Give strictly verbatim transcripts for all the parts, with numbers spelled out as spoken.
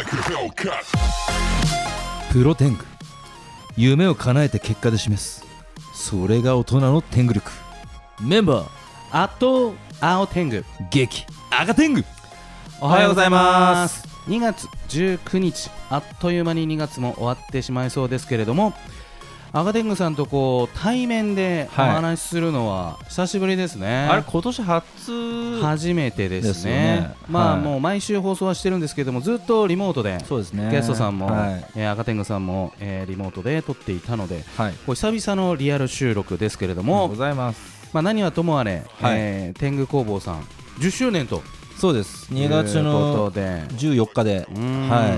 プロテング、夢を叶えて結果で示す、それが大人の天狗力。メンバーあと青天狗、 激赤天狗。 おはようございます。にがつじゅうくにち、あっという間ににがつも終わってしまいそうですけれども、赤天狗さんとこう対面でお話しするのは久しぶりですね、 はい、あれ今年初初めてですね。 ですよね。 まあ、 はい、 もう毎週放送はしてるんですけども、ずっとリモートで、 そうですね、 ゲストさんも、 はい、 えー、赤天狗さんも、えー、リモートで撮っていたので、 はい、 こう久々のリアル収録ですけれども、 ありがとうございます。 まあ、何はともあれ、 はい、 えー、天狗工房さんじゅっしゅうねんと。 そうです、にがつのじゅうよっかで、はい、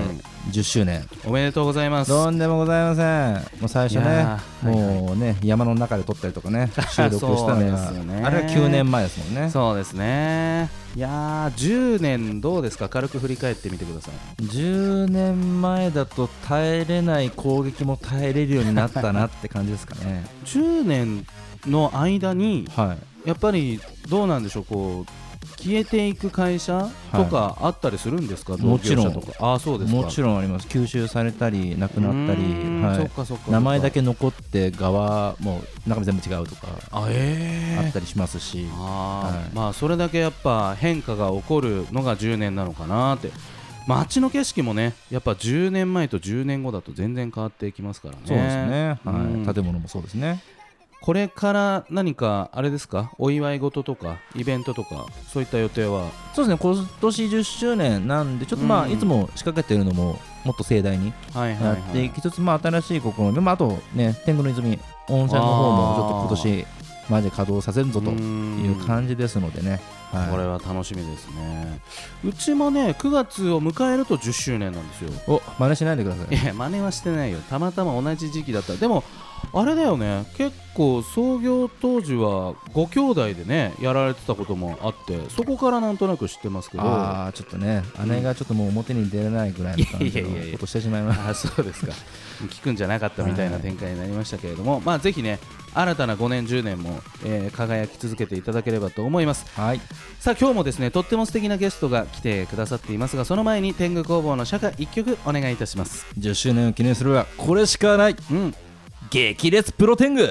じゅっしゅうねんおめでとうございます。 とんでもございません。もう最初ね、もうね、はいはい、山の中で撮ったりとかね、収録したのが、ね、あれはきゅうねんまえですもんね。 そうですね。いやー、じゅうねんどうですか、軽く振り返ってみてください。 じゅうねんまえだと耐えれない攻撃も耐えれるようになったなって感じですかね。 じゅうねんの間に、 はい、 やっぱりどうなんでしょう、こう消えていく会社とかあったりするんですか、はい、 もちろん。 あ、そうですか。 もちろんあります。吸収されたりなくなったり、はい、 そっかそっかそっか、 名前だけ残って側も中身全部違うとかあ,、えー、 あったりしますし、 あ、 はい、 まあそれだけやっぱ変化が起こるのがじゅうねんなのかなって。街の景色もね、やっぱじゅうねんまえとじゅうねんごだと全然変わっていきますからね。 そうですね、はい、建物もそうですね。 これから何かあれですか、お祝い事とかイベントとかそういった予定は。 そうですね、今年じゅっしゅうねんなんでちょっとまあ、うん、いつも仕掛けているのももっと盛大にやっていきつつ、まあ新しい試み、まあ、あとね、天狗の泉温泉の方もちょっと今年マジで稼働させるぞという感じですのでね、はい、 これは楽しみですね。うちもねくがつを迎えるとじゅっしゅうねんなんですよ。 お、真似しないでください。 いや、真似はしてないよ。たまたま同じ時期だった。でもあれだよね、結構創業当時はご兄弟でねやられてたこともあって、そこからなんとなく知ってますけど。 ああ、ちょっとね、姉がちょっともう表に出れないぐらいの感じのことしてしまいました。 あ、そうですか。聞くんじゃなかったみたいな展開になりましたけれども、はい、まあぜひね、新たなごねんじゅうねんも、えー、輝き続けていただければと思います。 はい、 さあ今日もですね、とっても素敵なゲストが来てくださっていますが、その前に天狗工房の社歌いっきょくお願いいたします。 じゅっしゅうねんを記念するはこれしかない、うん、激烈プロ天狗。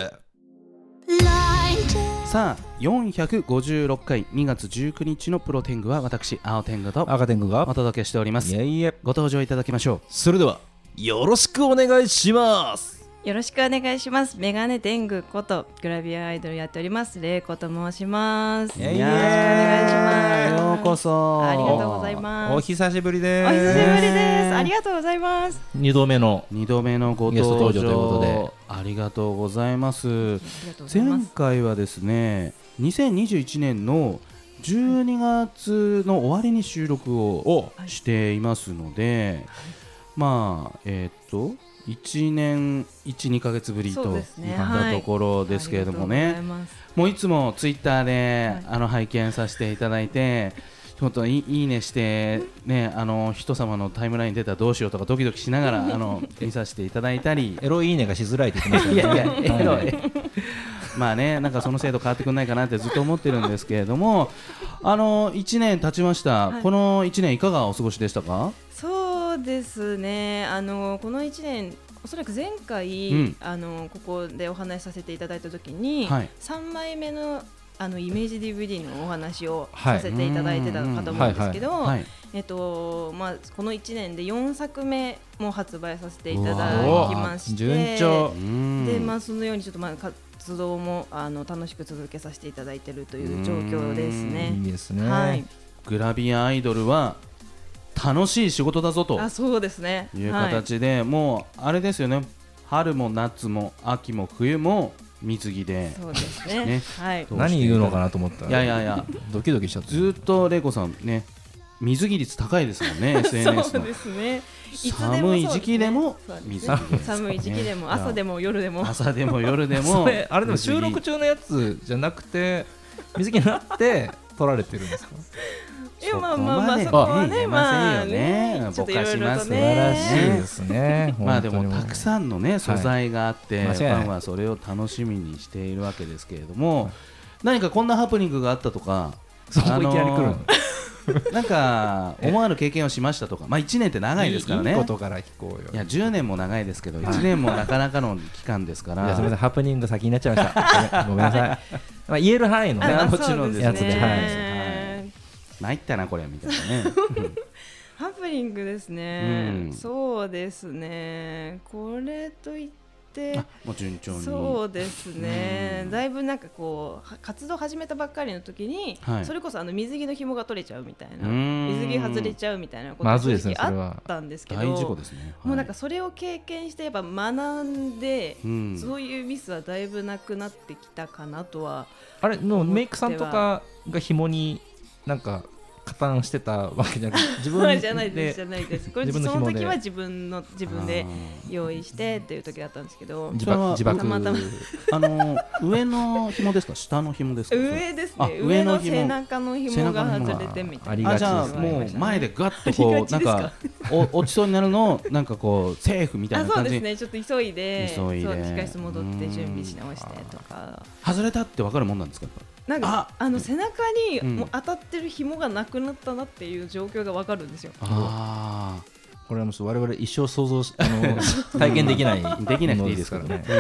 さあよんひゃくごじゅうろっかいにがつじゅうくにちのプロ天狗は私青天狗と赤天狗がお届けしております。 いえいえ、 ご登場いただきましょう。 それではよろしくお願いします。 よろしくお願いします。メガネ天狗ことグラビアアイドルやっておりますレイコと申します。 よろしくお願いします。ようこそ。 ありがとうございます。 お久しぶりです。 お久しぶりです。ありがとうございます。 にどめのにどめのご登場ということでありがとうございます。前回はですね、にせんにじゅういちねんのじゅうにがつの終わりに収録をしていますので、まあえっといちねんいち、にかげつぶりといったところですけれどもね、もういつもツイッターで、はい、あの拝見させていただいて、ちょっといいねしてね、あの人様のタイムライン出たらどうしようとかドキドキしながらあの見させていただいたり、 エロいいねがしづらいって言ってましたよね。いやいやエロいまあね、なんかその制度変わってくんないかなってずっと思ってるんですけれども、あのいちねん経ちました、はい、このいちねんいかがお過ごしでしたか？ そうですね、あのこのいちねんおそらく前回、うん、あのここでお話しさせていただいたときに、はい、さんまいめのあのイメージ ディーブイディー のお話をさせていただいてたかと思うんですけど、えっとまあ、このいちねんでよんさくめも発売させていただきまして、 順調で、まあ、そのようにちょっとまあ活動もあの楽しく続けさせていただいているという状況ですね。 いいですね、 はい、 グラビアアイドルは楽しい仕事だぞと。 あ、そうですね、 いう形で、はい、もうあれですよね、春も夏も秋も冬も水着で、 そうですねね、はい、 何言うのかなと思ったら、 いやいやいやドキドキしちゃった。 ずっとレイコさんね、水着率高いですもんねエスエヌエス の。 そうですね、 寒い時期でも水着で、 寒い時期でも朝でも夜でも朝でも夜でもそれあれでも収録中のやつじゃなくて水着になって撮られてるんですか？ いや、まあまあまあ、そこはね、まあね、ちょっといろいろとね、 素晴らしいですね。 まあでもたくさんのね素材があって、ファンはそれを楽しみにしているわけですけれども、何かこんなハプニングがあったとか、 そこいきなり来るの？ なんか思わぬ経験をしましたとか、まあいちねんって長いですからね。 いいことから聞こうよ。 いやじゅうねんも長いですけどいちねんもなかなかの期間ですから。 いやすみません、ハプニング先になっちゃいましたごめんなさいまあ言える範囲のねもちろんですやつで、はい参ったなこれみたいなねハプニングですね、うん、そうですね、これといってもう順調にそうですね、うん、だいぶなんかこう活動始めたばっかりの時に、はい、それこそあの水着の紐が取れちゃうみたいな、水着外れちゃうみたいなことが正直あったんですけど、 大事故ですね、はい、 もうなんかそれを経験してやっぱ学んで、うん、そういうミスはだいぶなくなってきたかなとは。 あれのメイクさんとかが紐になんか加担してたわけじゃなくて自分じゃないですじゃないですこれその時は自分の自分で用意してっていう時だったんですけど、 自爆自爆たまたまあの上の紐ですか下の紐ですか。 上ですね、上の背中の紐が外れてみたいな。 あじゃあもう前でガッとこうなんかお落ちそうになるのをなんかこうセーフみたいな感じ。 あそうですね、ちょっと急いで急いで控室戻って準備し直してとか。 外れたって分かるもんなんですか。 なんか あ, あの背中にもう当たってる紐がなくなったなっていう状況が分かるんですよ。 あこれはもう我々一生想像しあの体験できないできなくていいですからね、うん、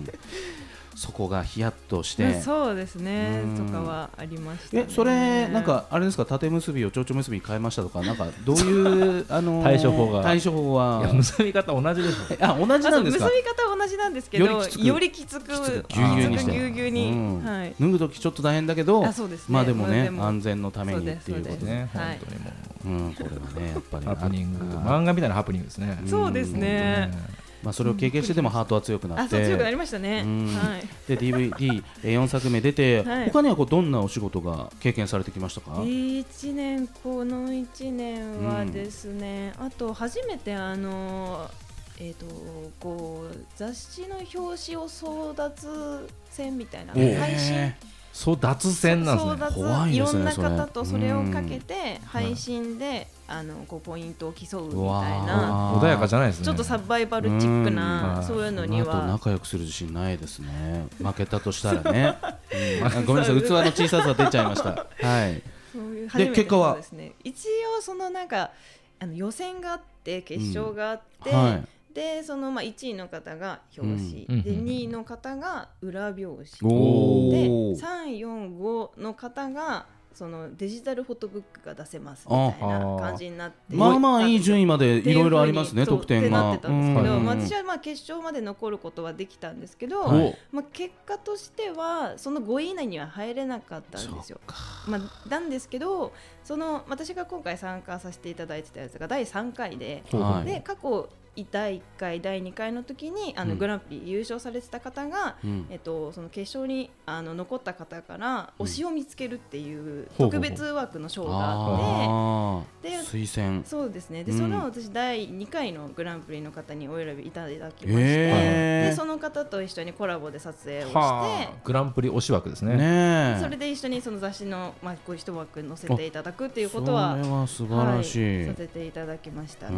そこがヒヤッとして、 そうですねとかはありましたね。 えそれなんかあれですか、縦結びを蝶々結びに変えましたとか、なんかどういうあの対処法が対処法は。 いや結び方同じですよ。 あ同じなんですか。 結び方は同じなんですけどよりきつくぎゅうぎゅうにしてぎゅうぎゅうに、うんはい、 脱ぐときちょっと大変だけど、 あそうですね、 まあでもねも安全のためにっていうことね。 本当にもう、うん、これはねやっぱりハプニング、漫画みたいなハプニングですね。 そうですね。 まあ、それを経験してでもハートは強くなって、 あそう強くなりましたね、はい、 で ディーブイディーよん 作目出て、はい、他にはこうどんなお仕事が経験されてきましたか。 いちねんこのいちねんはですね、うん、あと初めてあの、えー、とこう雑誌の表紙を争奪戦みたいな配信争奪戦なんですね。 怖いですね。 いろんな方とそれをかけて配信で、うん、あのこうポイントを競うみたいな、 穏やかじゃないですね。 ちょっとサバイバルチックな、うん、そういうのには。 あと仲良くする自信ないですね。負けたとしたらね、うん、ごめんなさい器の小ささ出ちゃいました。はい。 そういうで結果は、 ね、一応そのなんかあの予選があって決勝があって、 うんはいでそのまあいちいの方が表紙、うん、でにいの方が裏表紙でさん、よん、ごの方がそのデジタルフォトブックが出せますみたいな感じになって、 まあまあいい順位までいろいろありますね、得点が。 ってなってたんですけど、うん、私はまあ決勝まで残ることはできたんですけど、はい、まあ、結果としてはそのごい以内には入れなかったんですよ。まあ、なんですけどその私が今回参加させていただいてたやつがだいさんかいで、はい、で過去だいいっかいだいにかいの時にあの、うん、グランプリ優勝されてた方が、うん、えっと、その決勝にあの残った方から推しを見つけるっていう特別枠の賞があって、で推薦そうですね、で、うん、その私だいにかいのグランプリの方にお選びいただきまして、 えー、 でその方と一緒にコラボで撮影をして、 グランプリ推し枠ですね。 ね、 それで一緒にその雑誌の、まあ、こういう一枠載せていただくっていうことは、 それは素晴らしい、 はい、させていただきましたね。 うん、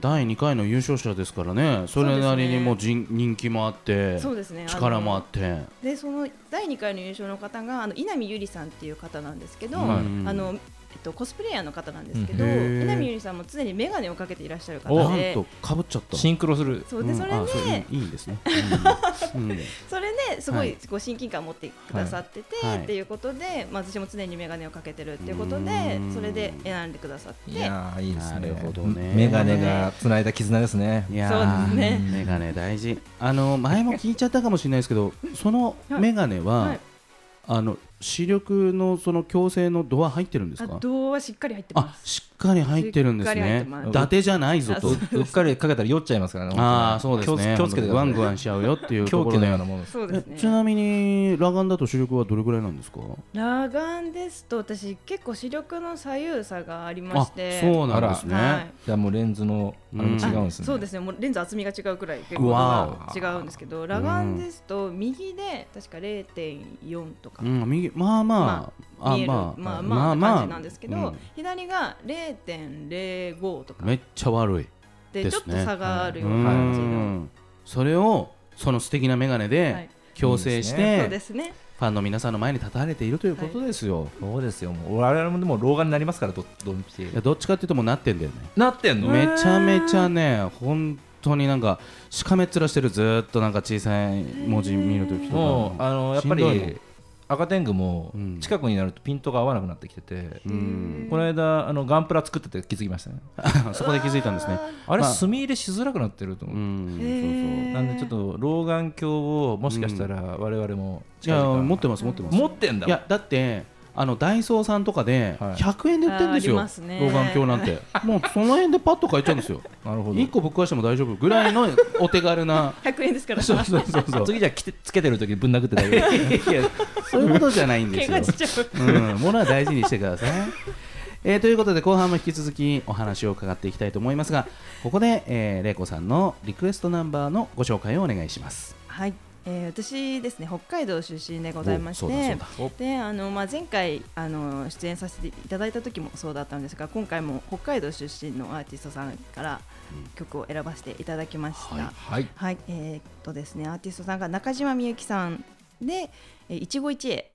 だいにかいの優勝者ですからね、それなりにもう人気もあって、 そうですね、 力もあって、 でそのだいにかいの優勝の方があの稲見ゆりさんっていう方なんですけど、 うん、 あのえっと、コスプレイヤーの方なんですけど、稲見ゆりさんも常に眼鏡をかけていらっしゃる方で、 なんとかぶっちゃった、 シンクロする。 そうで、それで、うん、 いいんですね、 うん、それですごいこう親近感を持ってくださってて、はい、っていうことで、まあ、私も常に眼鏡をかけてるっていうことで、それで選んでくださって、 いやーいいですね。 なるほどね、 眼鏡がつないだ絆ですね。 いやそうですね、 眼鏡大事。あの前も聞いちゃったかもしれないですけど、その眼鏡は、はいはい、あの視力のその矯正の度は入ってるんですか。 度はしっかり入ってます。 あ、しっかり入ってるんですね。伊達じゃないぞと。 うっかりかけたら酔っちゃいますからね。 ああ、そうですね。 気をつけてグワングワンしちゃうよっていうところで。 狂気のようなものです。 そうですね。 ちなみに裸眼だと視力はどれぐらいなんですか。 裸眼ですと私結構視力の左右差がありまして。 あ、そうなんですね。 はい、 じゃあもうレンズのあれも違うんですね。 そうですね。もうレンズ厚みが違うくらい結構違うんですけど、裸眼ですと右で確か れいてんよん とか。 うん、右まあまあ。 見えるまあまあまあな感じなんですけど、うん、左が れいてんれいご とかめっちゃ悪いで、ね、ちょっと差があるような感じの、 それをその素敵な眼鏡で矯正して、 そうですね、 ファンの皆さんの前に立たれているということですよ、はい、 そうですよ。もう我々もでも老眼になりますから。 ど, ど, っちいやどっちかっていうともうなってんだよね。 なってんの。 めちゃめちゃね本当になんかしかめっ面してる。ずっとなんか小さい文字見るときとかもうあのやっぱり赤天狗も近くになるとピントが合わなくなってきてて、うん、この間あのガンプラ作ってて気づきましたねそこで気づいたんですね。 あれ、まあ、墨入れしづらくなってると思う、うん、そうそう。なんでちょっと老眼鏡をもしかしたら我々も近々、うん、いや持ってます持ってます持ってんだ。 いやだってあのダイソーさんとかでひゃくえんで売ってるんですよ、はい、ね、老眼鏡なんてもうその辺でパッと買えちゃうんですよなるほど。いっこぶっ壊しても大丈夫ぐらいのお手軽なひゃくえんですからそうそうそうそう次じゃあつけてる時にぶん殴って大丈夫いやそういうことじゃないんですようん、物は大事にしてくださいえー、ということで後半も引き続きお話を伺っていきたいと思いますが、ここで、えー、玲子さんのリクエストナンバーのご紹介をお願いします。 はい、えー、私ですね北海道出身でございまして、であの、まあ、前回あの出演させていただいた時もそうだったんですが、今回も北海道出身のアーティストさんから曲を選ばせていただきました、うん、はい、はいはい、えー、っとですねアーティストさんが中島みゆきさんで一期一会。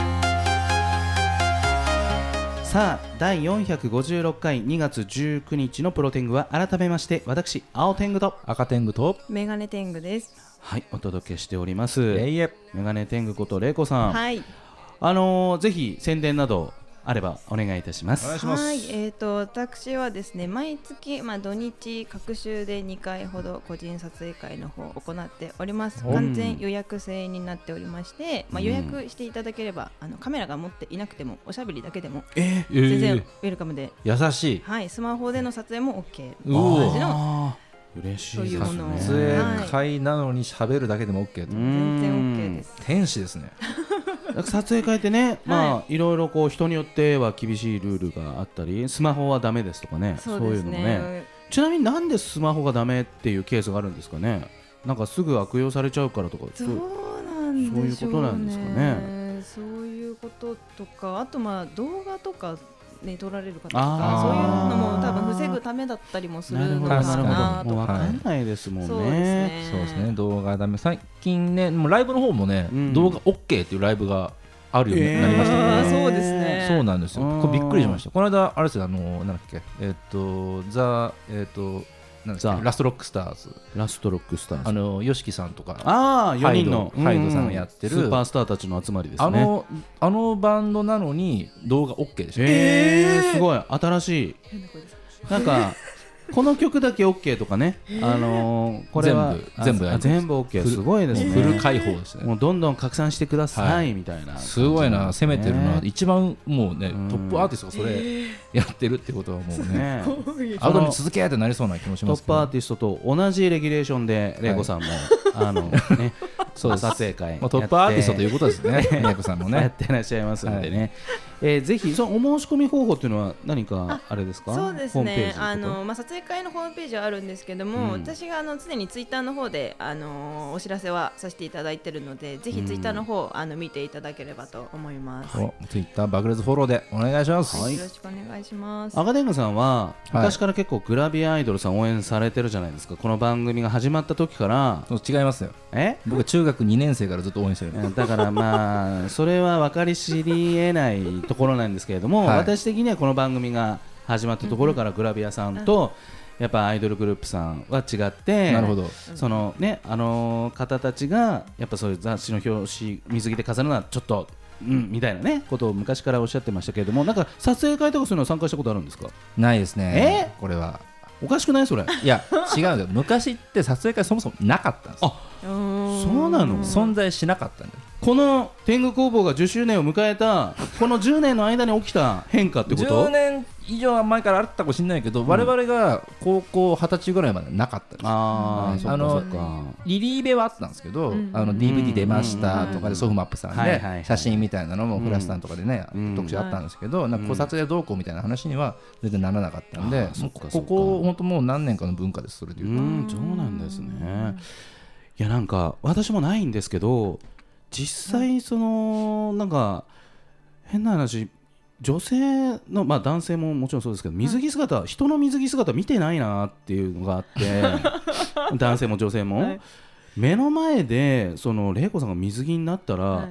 さあだいよんひゃくごじゅうろっかいにがつじゅうくにちのプロテングは改めまして私青天狗と赤天狗とメガネ天狗です。 はいお届けしております。 えいえメガネ天狗こと玲子さん、 はい、 あのー、ぜひ宣伝などあればお願いいたします。 お願いします。 はい、えーと、私はですね毎月、まあ、土日各週でにかいほど個人撮影会の方を行っております。完全予約制になっておりまして、まあ、予約していただければ、うん、あのカメラが持っていなくてもおしゃべりだけでも、 えー、 全然ウェルカムで、 えー、優しい、 はい、スマホでの撮影も OK 同じの嬉しいですね。 撮影会なのに喋るだけでも OK と、 全然 OK です。 天使ですね撮影会ってね、まあいろいろこう人によっては厳しいルールがあったり、スマホはダメですとかね、そういうのもね。ちなみになんでスマホがダメっていうケースがあるんですかね。なんかすぐ悪用されちゃうからとか、 そうなんでしょうね。 そういうことなんですかね。 そういうこととか、あとまあ動画とかね、撮られる方とかそういうのも多分防ぐためだったりもするのかなとか。 分かんないですもんね。 そうですね。 そうですね、動画ダメ。最近ねもうライブの方もね、うん、動画 OK っていうライブがあるようになりましたね、 えー、そうですね。 そうなんですよ。これびっくりしました。この間あれですよ、あのなんだっけ、えっとザえっとなんですか、ラストロックスターズラストロックスターズ、 あのヨシキさんとか、 あよにんのハイドさんがやってるスーパースターたちの集まりですね。 あのあのバンドなのに動画 OK でした。 えー、すごい新しい。なんかこの曲だけ OK とかね、あのー、これは全部全部 OK、 すごいですね。 フル開放ですね。 もうどんどん拡散してください、はい、みたいな。 すごいな、攻めてるな。一番もうねトップアーティストがそれやってるってことはもうねアウトに続けってなりそうな気もしますけど、 トップアーティストと同じレギュレーションで玲子さんも、はい、あのねそう撮影会やって、 まあ、トップアーティストということですね玲子さんもねやってらっしゃいますのでね、はい、えー、ぜひそのお申し込み方法というのは何かあれですか。 そうですね、あの、まあ、撮影会のホームページはあるんですけども、うん、私があの常にツイッターの方で、あのー、お知らせはさせていただいているので、ぜひツイッターの方、うん、あの見ていただければと思います。 ツイッター爆裂フォローでお願いします、 はい、よろしくお願いします。 赤天狗さんは昔から結構グラビアアイドルさん応援されてるじゃないですか。この番組が始まった時から。 そう違いますよ。 え僕は中学にねん生からずっと応援してる。 だからまあそれは分かり知り得ないところなんですけれども、はい、私的にはこの番組が始まったところからグラビアさんと、やっぱアイドルグループさんは違って、 なるほど、 そのね、あのー、方たちがやっぱそういう雑誌の表紙水着で飾るのはちょっとうんみたいなねことを昔からおっしゃってましたけれども、なんか撮影会とかそういうの参加したことあるんですか。 ないですね。 えー、 これはおかしくないそれ。 いや違うよ昔って撮影会そもそもなかったんです。 あ、そうなの。 存在しなかったんです。 この天狗工房がじゅっしゅうねんを迎えたこのじゅうねんの間に起きた変化ってこと。 じゅうねん以上前からあったかもしれないけど、うん、我々が高校はたちぐらいまでなかったです。 ああのリリーベはあったんですけど、うん、あの ディーブイディー 出ましたとかでソフマップさんで写真みたいなのもフラスタンとかでね、うん、特集あったんですけど、なんかこう撮影どうこうみたいな話には全然ならなかったんで、うん、ここ本当もう何年かの文化です。それでいうと。 うん、そうなんですね。いやなんか私もないんですけど、実際そのなんか変な話、女性のまあ男性ももちろんそうですけど、水着姿、はい、人の水着姿見てないなっていうのがあって男性も女性も、はい、目の前でその玲子さんが水着になったら、はい、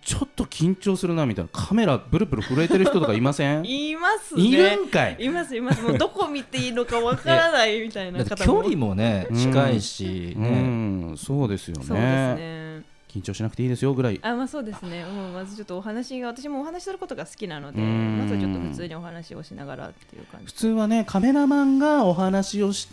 ちょっと緊張するなみたいな、カメラブルブル震えてる人とかいません？ いますね。 いるんかい。 いますいます。もうどこ見ていいのかわからないみたいな方も。 距離もね近いし、 うん、ね、うん、そうですよね。 そうですね。 緊張しなくていいですよぐらい。 あ、まあそうですね。もうまずちょっとお話が、私もお話しすることが好きなので、まずちょっと普通にお話をしながらっていう感じ。 普通はね、カメラマンがお話をして、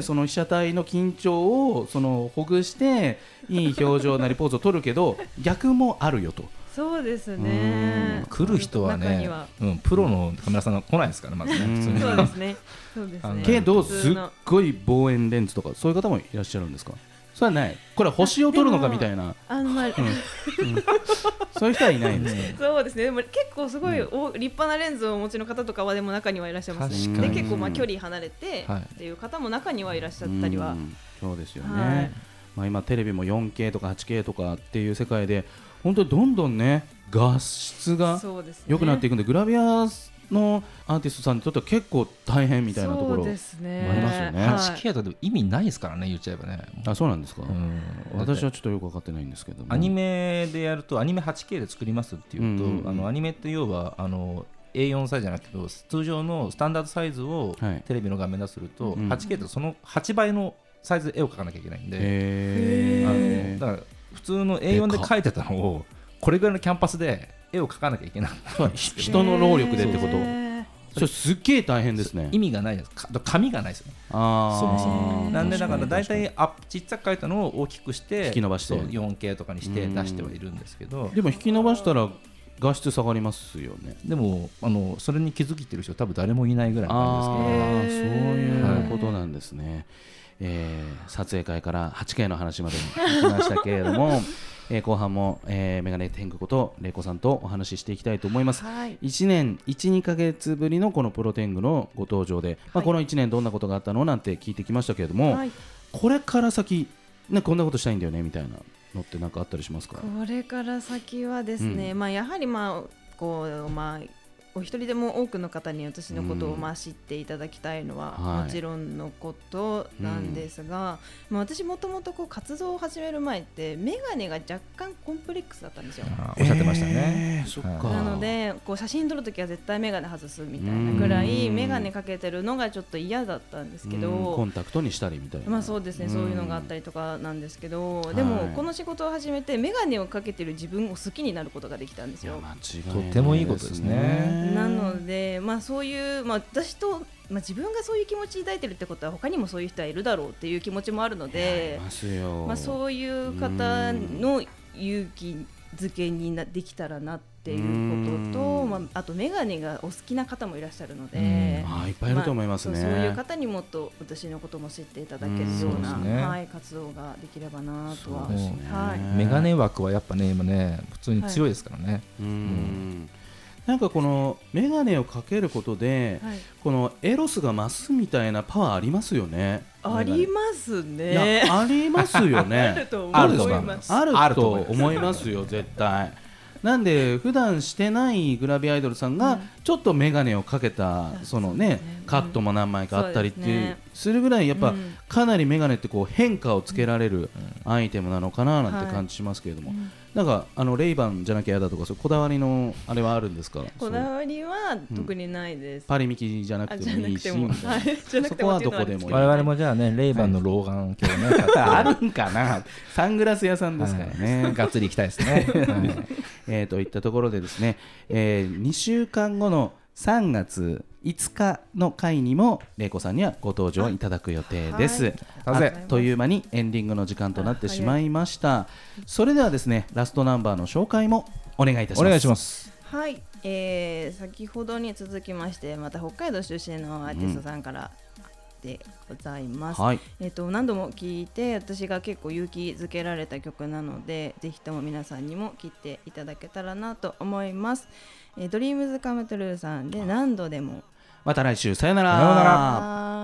その被写体の緊張をそのほぐしていい表情なりポーズを取るけど、逆もあるよと。 そうですね。 来る人はねは、うん、プロのカメラさんが来ないですからまずね。 そうですね。そうですね。 けどすっごい望遠レンズとかそういう方もいらっしゃるんですか？それはない。これは星を撮るのかみたいな。あのまあ、うんうん、そういう人はいないんですね。 そうですね。でも結構すごい、うん、立派なレンズをお持ちの方とかはでも中にはいらっしゃいますね。で結構まあ距離離れてっていう方も中にはいらっしゃったりは。 そうですよね。はい、まあ今テレビも よんケー とか はちケー とかっていう世界で本当にどんどんね画質が良くなっていくんで、グラビアのアーティストさんにとっては結構大変みたいなところもありますよね。 はちケー だと意味ないですからね、言っちゃえばね。 あ、そうなんですか。うん、私はちょっとよく分かってないんですけども、 アニメでやるとアニメ はちケー で作りますっていうと、うんうんうん、あのアニメって要はあの エーよん サイズじゃなくて通常のスタンダードサイズをテレビの画面ですると、はい、はちケー だとそのはちばいのサイズで絵を描かなきゃいけないんで、へー、あのだから普通の エーよん で描いてたのをこれぐらいのキャンパスで絵を描かなきゃいけない人の労力でってこと。それすっげえ大変ですね。 意味がないです。紙がないですよね。あそうなんでだから大体あちっちゃく描いたのを大きくして引き伸ばしてよんケー とかにして出してはいるんですけど、 でも引き伸ばしたら画質下がりますよね。 でもあのそれに気づいてる人多分誰もいないぐらいなんですけど、 あそういうことなんですね。はい、えー、撮影会から はちケー の話まで行きましたけれどもえー、後半も、えー、メガネ天狗こと玲子さんとお話ししていきたいと思います。はい、いちねん いち、にかげつぶりのこのプロ天狗のご登場で、はい、まあ、このいちねんどんなことがあったのなんて聞いてきましたけれども、はい、これから先、ね、こんなことしたいんだよねみたいなのって何かあったりしますか？ これから先はですね、うん、まあ、やはり、まあこうまあお一人でも多くの方に私のことをまあ知っていただきたいのはもちろんのことなんですが、はい、まあ、私もともとこう活動を始める前ってメガネが若干コンプレックスだったんですよ。 おっしゃってましたね。 えー、そっか。 なのでこう写真撮るときは絶対メガネ外すみたいなぐらいメガネかけてるのがちょっと嫌だったんですけど、 コンタクトにしたりみたいな、 まあ、そうですね、そういうのがあったりとかなんですけど、でもこの仕事を始めてメガネをかけてる自分を好きになることができたんですよ。 間違いないですね。 とてもいいことですね。 なのでまあ、そういう、まあ、私と、まあ、自分がそういう気持ち抱いてるってことは他にもそういう人はいるだろうっていう気持ちもあるので、まあ、そういう方の勇気づけになできたらなっていうことと、まあ、あとメガネがお好きな方もいらっしゃるので、 あいっぱいいると思いますね。 まあ、そう、そういう方にもっと私のことも知っていただけるような、う、ね、はい、活動ができればなとは、ね、はい、 メガネ枠はやっぱね今ね普通に強いですからね。はい、うんうんなんかこのメガネをかけることで、はい、このエロスが増すみたいなパワーありますよね。 ありますね。 ありますよね。 あると思います。 あると思いますよ絶対。なんで普段してないグラビアアイドルさんがちょっとメガネをかけたそのねカットも何枚かあったりっていうするぐらいやっぱかなりメガネってこう変化をつけられるアイテムなのかななんて感じしますけれども、なんかあのレイバンじゃなきゃ嫌だとかそうこだわりのあれはあるんですか？ こだわりは特にないです。 パリミキじゃなくてもいいし、そこはどこでもいい。 我々もじゃあねレイバンの老眼鏡ねあるんかな。サングラス屋さんですからね。 がっつり行きたいですね。 えー、といったところでですね、えー、にしゅうかんごのさんがついつかの回にも玲子さんにはご登場いただく予定です。あっという間にエンディングの時間となってしまいました。それではですねラストナンバーの紹介もお願いいたします。 お願いします。 はい、えー、先ほどに続きましてまた北海道出身のアーティストさんから、うん、でございます。はい、えー、と何度も聴いて私が結構勇気づけられた曲なのでぜひとも皆さんにも聴いていただけたらなと思います。えー、ドリームズカムトゥルーさんで何度でも。 また来週さよなら。 さよなら。